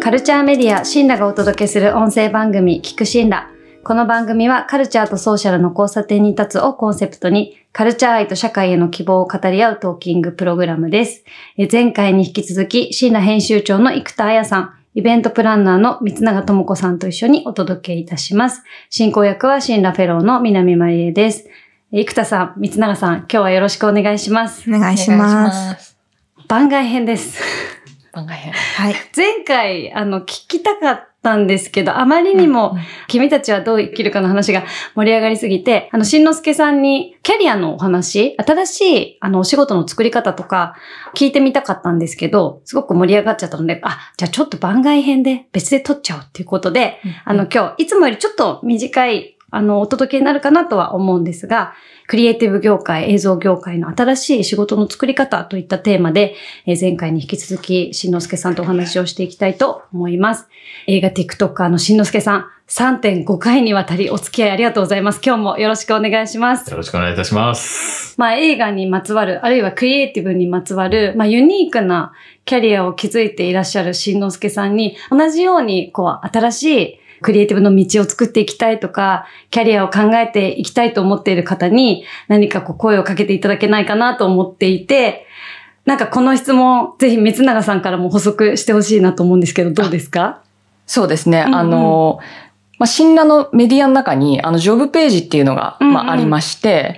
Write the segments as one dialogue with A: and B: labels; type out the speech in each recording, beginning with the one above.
A: カルチャーメディアシンラがお届けする音声番組聞くシンラ。この番組はカルチャーとソーシャルの交差点に立つをコンセプトにカルチャー愛と社会への希望を語り合うトーキングプログラムです。前回に引き続きシンラ編集長の生田彩さん、イベントプランナーの三永智子さんと一緒にお届けいたします。進行役はシンラフェローの南まりえです。生田さん、三永さん、今日はよろしくお願いします。
B: お願いします。
A: 番外編です。
C: 番外編。
A: はい。前回、聞きたかったんですけど、あまりにも、君たちはどう生きるかの話が盛り上がりすぎて、しんのすけさんにキャリアのお話、新しい、お仕事の作り方とか、聞いてみたかったんですけど、すごく盛り上がっちゃったので、じゃあちょっと番外編で別で撮っちゃおうっていうことで、今日、いつもよりちょっと短い、お届けになるかなとは思うんですが、クリエイティブ業界、映像業界の新しい仕事の作り方といったテーマで、前回に引き続き、しんのすけさんとお話をしていきたいと思います。映画 TikToker のしんのすけさん、3.5 回にわたりお付き合いありがとうございます。今日もよろしくお願いします。
D: よろしくお願いいたします。
A: 映画にまつわる、あるいはクリエイティブにまつわる、ユニークなキャリアを築いていらっしゃるしんのすけさんに、同じように、新しいクリエイティブの道を作っていきたいとか、キャリアを考えていきたいと思っている方に何か声をかけていただけないかなと思っていて、この質問、ぜひ三永さんからも補足してほしいなと思うんですけど、どうですか？
C: そうですね。シンラのメディアの中に、ジョブページっていうのが、ありまして、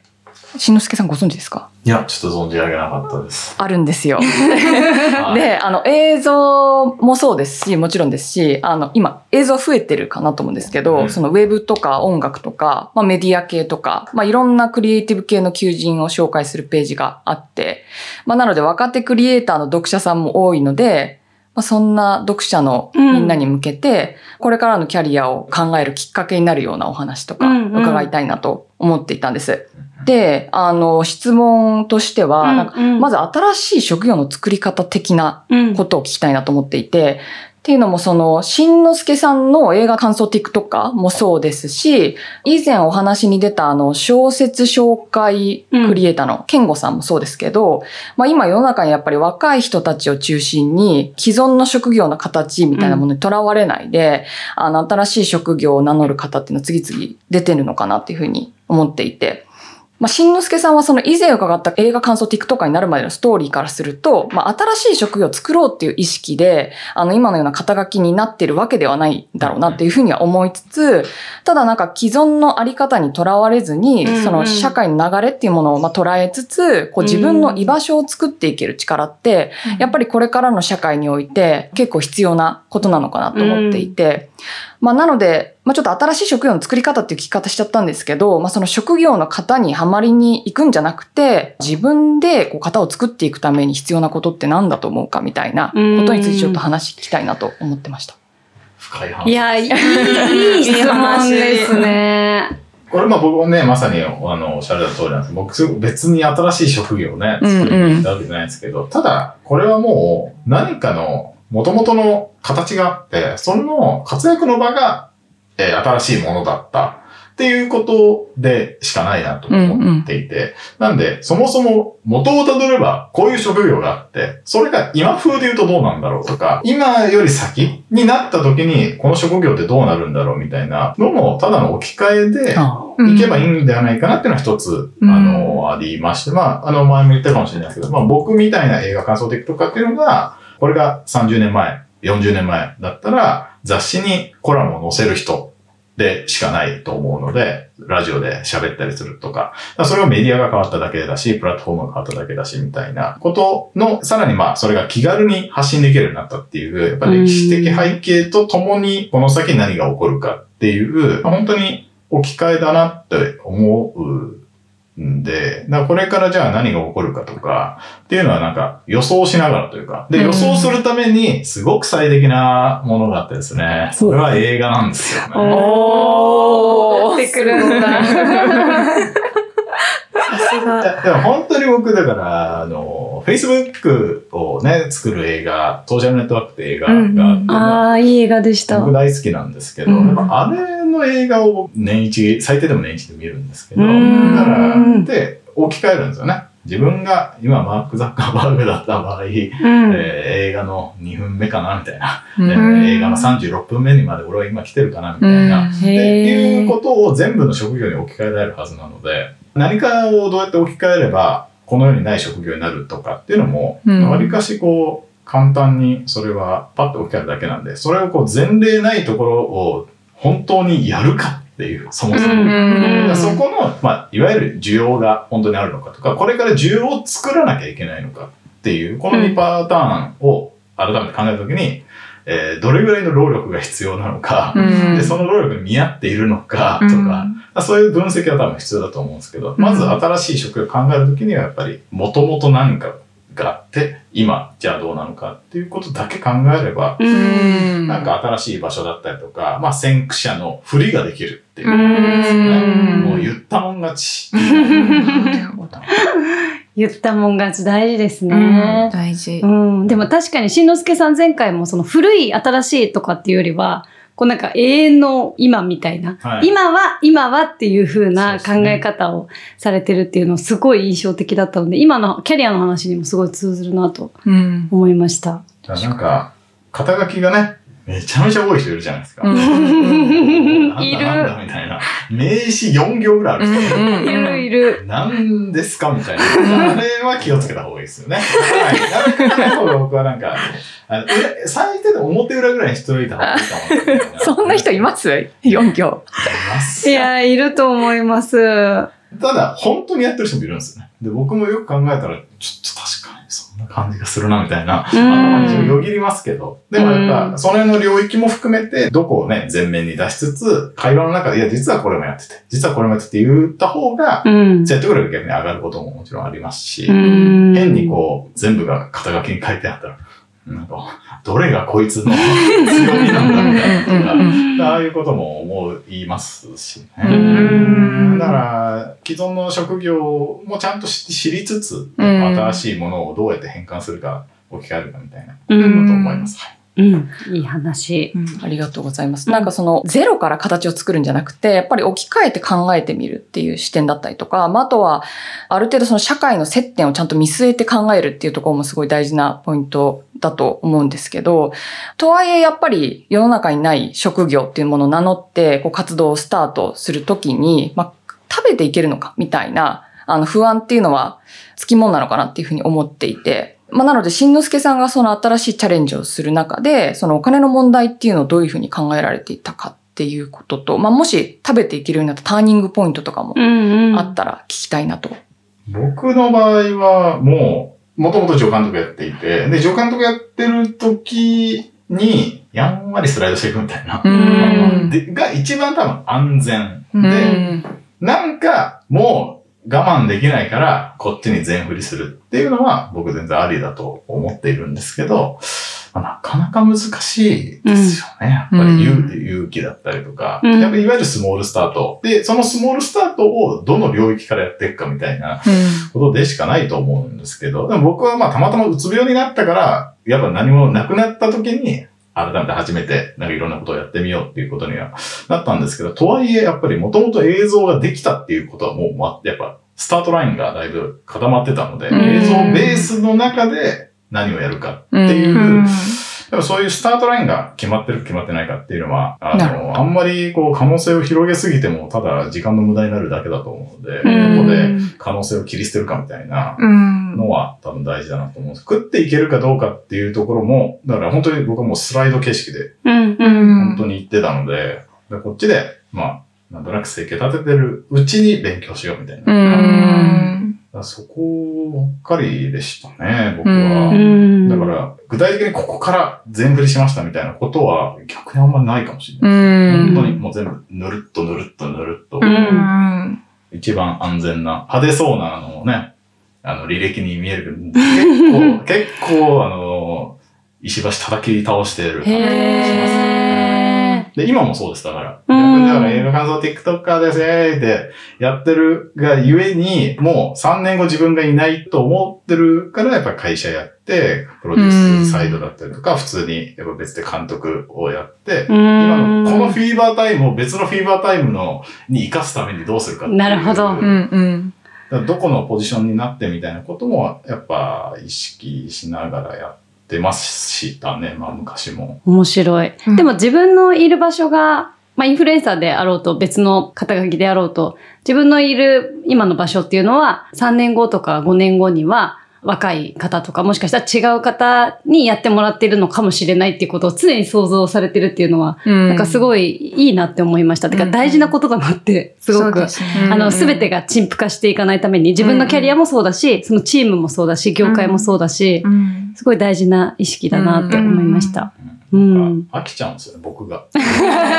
C: しんのすけさんご存知ですか？
D: いや、ちょっと存じ上げなかったです。
C: あるんですよ。で、映像もそうですし、もちろんですし、今、映像増えてるかなと思うんですけど、そのウェブとか音楽とか、メディア系とか、いろんなクリエイティブ系の求人を紹介するページがあって、なので若手クリエイターの読者さんも多いので、そんな読者のみんなに向けて、これからのキャリアを考えるきっかけになるようなお話とか伺いたいなと思っていたんです。で、質問としては、まず新しい職業の作り方的なことを聞きたいなと思っていて、っていうのもしんのすけさんの映画感想 TikToker もそうですし、以前お話に出た小説紹介クリエイターのケンゴさんもそうですけど、今世の中にやっぱり若い人たちを中心に既存の職業の形みたいなものにとらわれないで、新しい職業を名乗る方っていうのは次々出てるのかなっていうふうに思っていて、しんのすけさんは以前伺った映画感想 TikToker になるまでのストーリーからすると、新しい職業を作ろうっていう意識で、今のような肩書きになっているわけではないんだろうなっていうふうには思いつつ、ただ既存のあり方にとらわれずに、社会の流れっていうものを捉えつつ、自分の居場所を作っていける力って、やっぱりこれからの社会において結構必要なことなのかなと思っていて、なので、ちょっと新しい職業の作り方っていう聞き方しちゃったんですけど、その職業の型にはまりに行くんじゃなくて、自分で型を作っていくために必要なことって何だと思うかみたいなことについてちょっと話聞きたいなと思ってました。
D: 深い話。
A: いや、いい質問ですね。
D: これ僕もね、まさにおっしゃられた通りなんですけど、僕別に新しい職業をね、作りに行ったわけじゃないですけど、ただ、これはもう何かの元々の形があって、その活躍の場が、新しいものだったっていうことでしかないなと思っていて、なんで、そもそも元をたどればこういう職業があって、それが今風で言うとどうなんだろうとか、今より先になった時にこの職業ってどうなるんだろうみたいなのもただの置き換えでいけばいいんではないかなっていうのは一つ、ありまして、前も言ったかもしれないですけど、僕みたいな映画感想的とかっていうのが、これが30年前、40年前だったら、雑誌にコラムを載せる人でしかないと思うので、ラジオで喋ったりするとか、それはメディアが変わっただけだし、プラットフォームが変わっただけだし、みたいなことの、さらにそれが気軽に発信できるようになったっていう、やっぱり歴史的背景とともに、この先何が起こるかっていう、本当に置き換えだなって思うんで、これからじゃあ何が起こるかとかっていうのは予想しながらというか、で、予想するためにすごく最適なものがあってですね、それは映画なんですよね。
A: おー、ってくるんだ。さすが。
D: でも本当に僕だから、Facebook をね、作る映画、ソーシャルネットワークって映画があって、
A: いい映画でした。
D: 僕大好きなんですけど、あれの映画を最低でも年一で見るんですけど、だから、で、置き換えるんですよね。 自分が今マーク・ザッカーバーグだった場合、映画の2分目かなみたいな、映画の36分目にまで俺は今来てるかなみたいな、っていうことを全部の職業に置き換えられるはずなので、何かをどうやって置き換えればこの世にない職業になるとかっていうのも、わりかしこう簡単にそれはパッと置き換えるだけなんで、それをこう前例ないところを本当にやるかっていう、そもそも。そこの、いわゆる需要が本当にあるのかとか、これから需要を作らなきゃいけないのかっていう、この2パターンを改めて考えたときに、どれぐらいの労力が必要なのか、でその労力に見合っているのかとか、そういう分析は多分必要だと思うんですけど、まず新しい職業を考えるときにはやっぱり、もともと何かがあって、今、じゃあどうなのかっていうことだけ考えれば、なんか新しい場所だったりとか、先駆者の振りができるっていうことですね。もう言ったもん勝ち。
A: 言ったもん勝ち大事ですね。
B: 大事。
A: でも確かに、しんのすけさん前回もその古い新しいとかっていうよりは、こうなんか永遠の今みたいな、今はっていう風な考え方をされてるっていうのすごい印象的だったので、今のキャリアの話にもすごい通ずるなと思いました。
D: なんか、肩書きがね、めちゃめちゃ多い人いるじゃないですか。いる。なんだみたいな。名詞4行ぐらいある人
A: いる。
D: 何ですかみたいな。あれは気をつけた方がいいですよね。僕はなんか、最低で表裏ぐらいにしといた方がいいかも。
C: そんな人います ?4 行。
A: いや、いると思います。
D: ただ、本当にやってる人もいるんですよね。で、僕もよく考えたら、ちょっと確かにそんな感じがするな、みたいな、頭によぎりますけど、でもやっぱ、それの領域も含めて、どこをね、前面に出しつつ、会話の中で、いや、実はこれもやってて、実はこれもやってて言った方が、説得力が逆に上がることももちろんありますし、変にこう、全部が肩書きに書いてあったら、なんか、どれがこいつの強みなんだみたいな、ああいうことも言いますしね。だから、既存の職業もちゃんと知りつつ、新しいものをどうやって変換するか、置き換えるかみたいなことと思います。
A: いい話、
C: ありがとうございます。なんかそのゼロから形を作るんじゃなくて、やっぱり置き換えて考えてみるっていう視点だったりとか、あとはある程度その社会の接点をちゃんと見据えて考えるっていうところもすごい大事なポイントだと思うんですけど、とはいえやっぱり世の中にない職業っていうものを名乗ってこう活動をスタートするときに、食べていけるのかみたいな不安っていうのはつきものなのかなっていうふうに思っていて、なので、しんのすけさんがその新しいチャレンジをする中で、そのお金の問題っていうのをどういうふうに考えられていたかっていうことと、もし食べていけるようになったターニングポイントとかもあったら聞きたいなと。
D: 僕の場合はもともと助監督やっていて、で、助監督やってる時に、やんわりスライドしていくみたいな。が一番多分安全。で、なんかもう、我慢できないから、こっちに全振りするっていうのは、僕全然ありだと思っているんですけど、なかなか難しいですよね。やっぱり勇気だったりとか、やっぱりいわゆるスモールスタート。で、そのスモールスタートをどの領域からやっていくかみたいなことでしかないと思うんですけど、でも僕はたまたまうつ病になったから、やっぱ何もなくなった時に、改めて初めてなんかいろんなことをやってみようっていうことにはなったんですけど、とはいえやっぱりもともと映像ができたっていうことはもうやっぱスタートラインがだいぶ固まってたので、映像ベースの中で何をやるかっていう、でもそういうスタートラインが決まってるか決まってないかっていうのは、あんまりこう可能性を広げすぎてもただ時間の無駄になるだけだと思うので、ここで可能性を切り捨てるかみたいなのは多分大事だなと思うんです。食っていけるかどうかっていうところも、だから本当に僕はもうスライド形式で、本当に言ってたので、こっちで、なんとなく生計立ててるうちに勉強しようみたいな。そこばっかりでしたね、僕は。だから、具体的にここから全振りしましたみたいなことは逆にあんまりないかもしれないです。本当にもう全部ぬるっとぬるっとぬるっと。一番安全な、派手そうなね、履歴に見えるけど、結構石橋叩き倒してる感じがしますね。で、今もそうです。だから。だから映画感想 TikToker ですってやってるがゆえに、もう3年後自分がいないと思ってるから、やっぱ会社やって、プロデュースサイドだったりとか、普通にやっぱ別で監督をやって、今のこのフィーバータイムを別のフィーバータイムに活かすためにどうするかっていう。
A: なるほど。
D: だからどこのポジションになってみたいなことも、やっぱ意識しながらやってましたね。まあ昔も。
A: 面白い。でも自分のいる場所が、まあインフルエンサーであろうと別の肩書きであろうと、自分のいる今の場所っていうのは3年後とか5年後には若い方とかもしかしたら違う方にやってもらっているのかもしれないっていうことを常に想像されてるっていうのは、なんかすごいいいなって思いました。てか大事なことだなってすごく、すべてが陳腐化していかないために自分のキャリアもそうだし、そのチームもそうだし、業界もそうだし、すごい大事な意識だなって思いました。
D: 飽きちゃうんですよね、僕が。3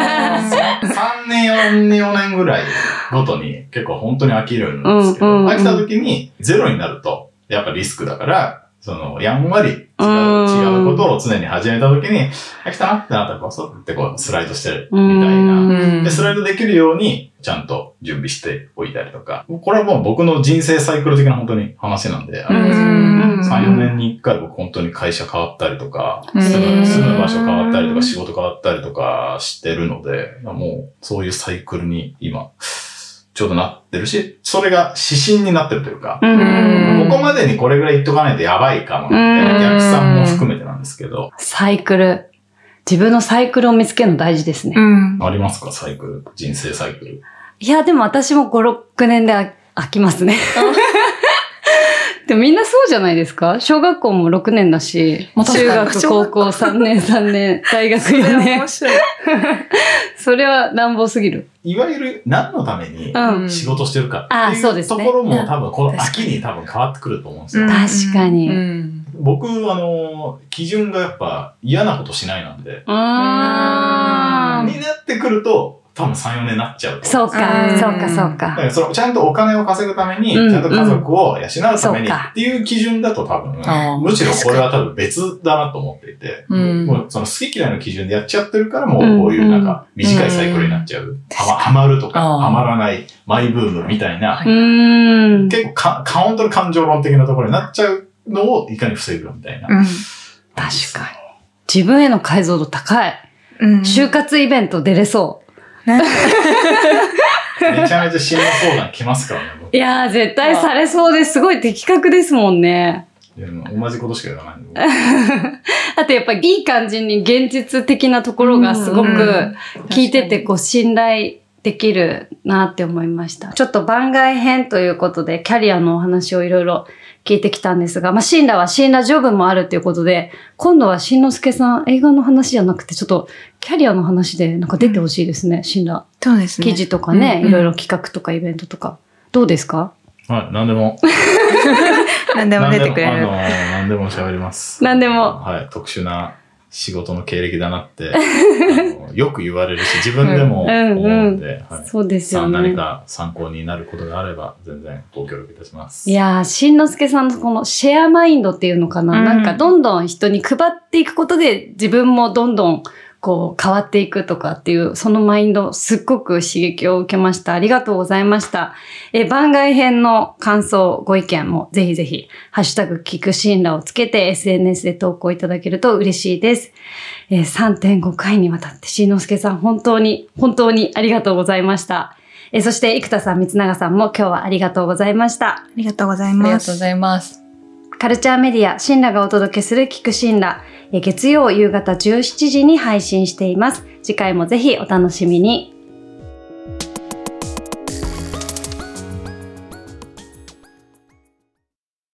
D: 年、4年ぐらいごとに結構本当に飽きるんですけど、飽きた時にゼロになると、やっぱリスクだから、やんわり違うことを常に始めた時に、飽きたなってなったらこそってスライドしてるみたいな。で、スライドできるようにちゃんと準備しておいたりとか。これはもう僕の人生サイクル的な本当に話なんで、3、4年に1回僕本当に会社変わったりとか、住む場所変わったりとか、仕事変わったりとかしてるので、もうそういうサイクルに今、ちょうどなってるし、それが指針になってるというか、ここまでにこれぐらい言っとかないとやばいかもなって、お客さんも含めてなんですけど。
A: サイクル。自分のサイクルを見つけるの大事ですね。
D: ありますかサイクル。人生サイクル。
A: いや、でも私も5、6年で飽きますね。でもみんなそうじゃないですか？小学校も6年だし、中学、高校3年、3年、大学4年。面白い。それは乱暴すぎる。
D: いわゆる何のために仕事してるかっていうところも多分この秋に多分変わってくると思うんですよ。
A: 確かに。
D: 僕、基準がやっぱ嫌なことしないなんで。になってくると、多分3、4年になっちゃうと。
A: そうか、そうか、そうか。
D: だからちゃんとお金を稼ぐために、ちゃんと家族を養うためにっていう基準だと多分、むしろこれは多分別だなと思っていて、もうその好き嫌いの基準でやっちゃってるからもうこういうなんか短いサイクルになっちゃう。ハマるとか、ハマらない、マイブームみたいな、結構本当に感情論的なところになっちゃうのをいかに防ぐみたいな。
A: 確かに。自分への解像度高い。就活イベント出れそう。
D: めちゃめちゃ進路相談来ますからね。
A: いやー、絶対されそうです。すごい的確ですもんね。
D: いや、同じことしか言わないんで。
A: あとやっぱりいい感じに現実的なところがすごく聞いてて信頼できるなって思いました。ちょっと番外編ということでキャリアのお話をいろいろ聞いてきたんですが、まあ、シンラはシンラジョブもあるということで、今度はしんのすけさん、映画の話じゃなくて、ちょっとキャリアの話でなんか出てほしいですね、シンラ。
B: そうですね。
A: 記事とかね、いろいろ企画とかイベントとか。どうですか？
D: はい、何でも。
B: 何でも出てくれる。
D: 何でも喋ります。
A: 何でも。
D: はい、特殊な仕事の経歴だなってよく言われるし自分でも思うんで、
A: そうですよね。
D: 何か参考になることがあれば全然ご協力いたします。
A: いやー、しんのすけさんのこのシェアマインドっていうのかな、なんかどんどん人に配っていくことで自分もどんどん変わっていくとかっていうそのマインドすっごく刺激を受けました。ありがとうございました。番外編の感想ご意見もぜひぜひハッシュタグ聞くシンラをつけて SNS で投稿いただけると嬉しいです。3.5 回にわたってしんのすけさん本当にありがとうございました。そして生田さん、光永さんも今日はありがとうございました。
B: ありがとうございます。
C: ありがとうございます。
A: カルチャーメディアシンラがお届けする聞くシンラ、月曜夕方17時に配信しています。次回もぜひお楽しみに。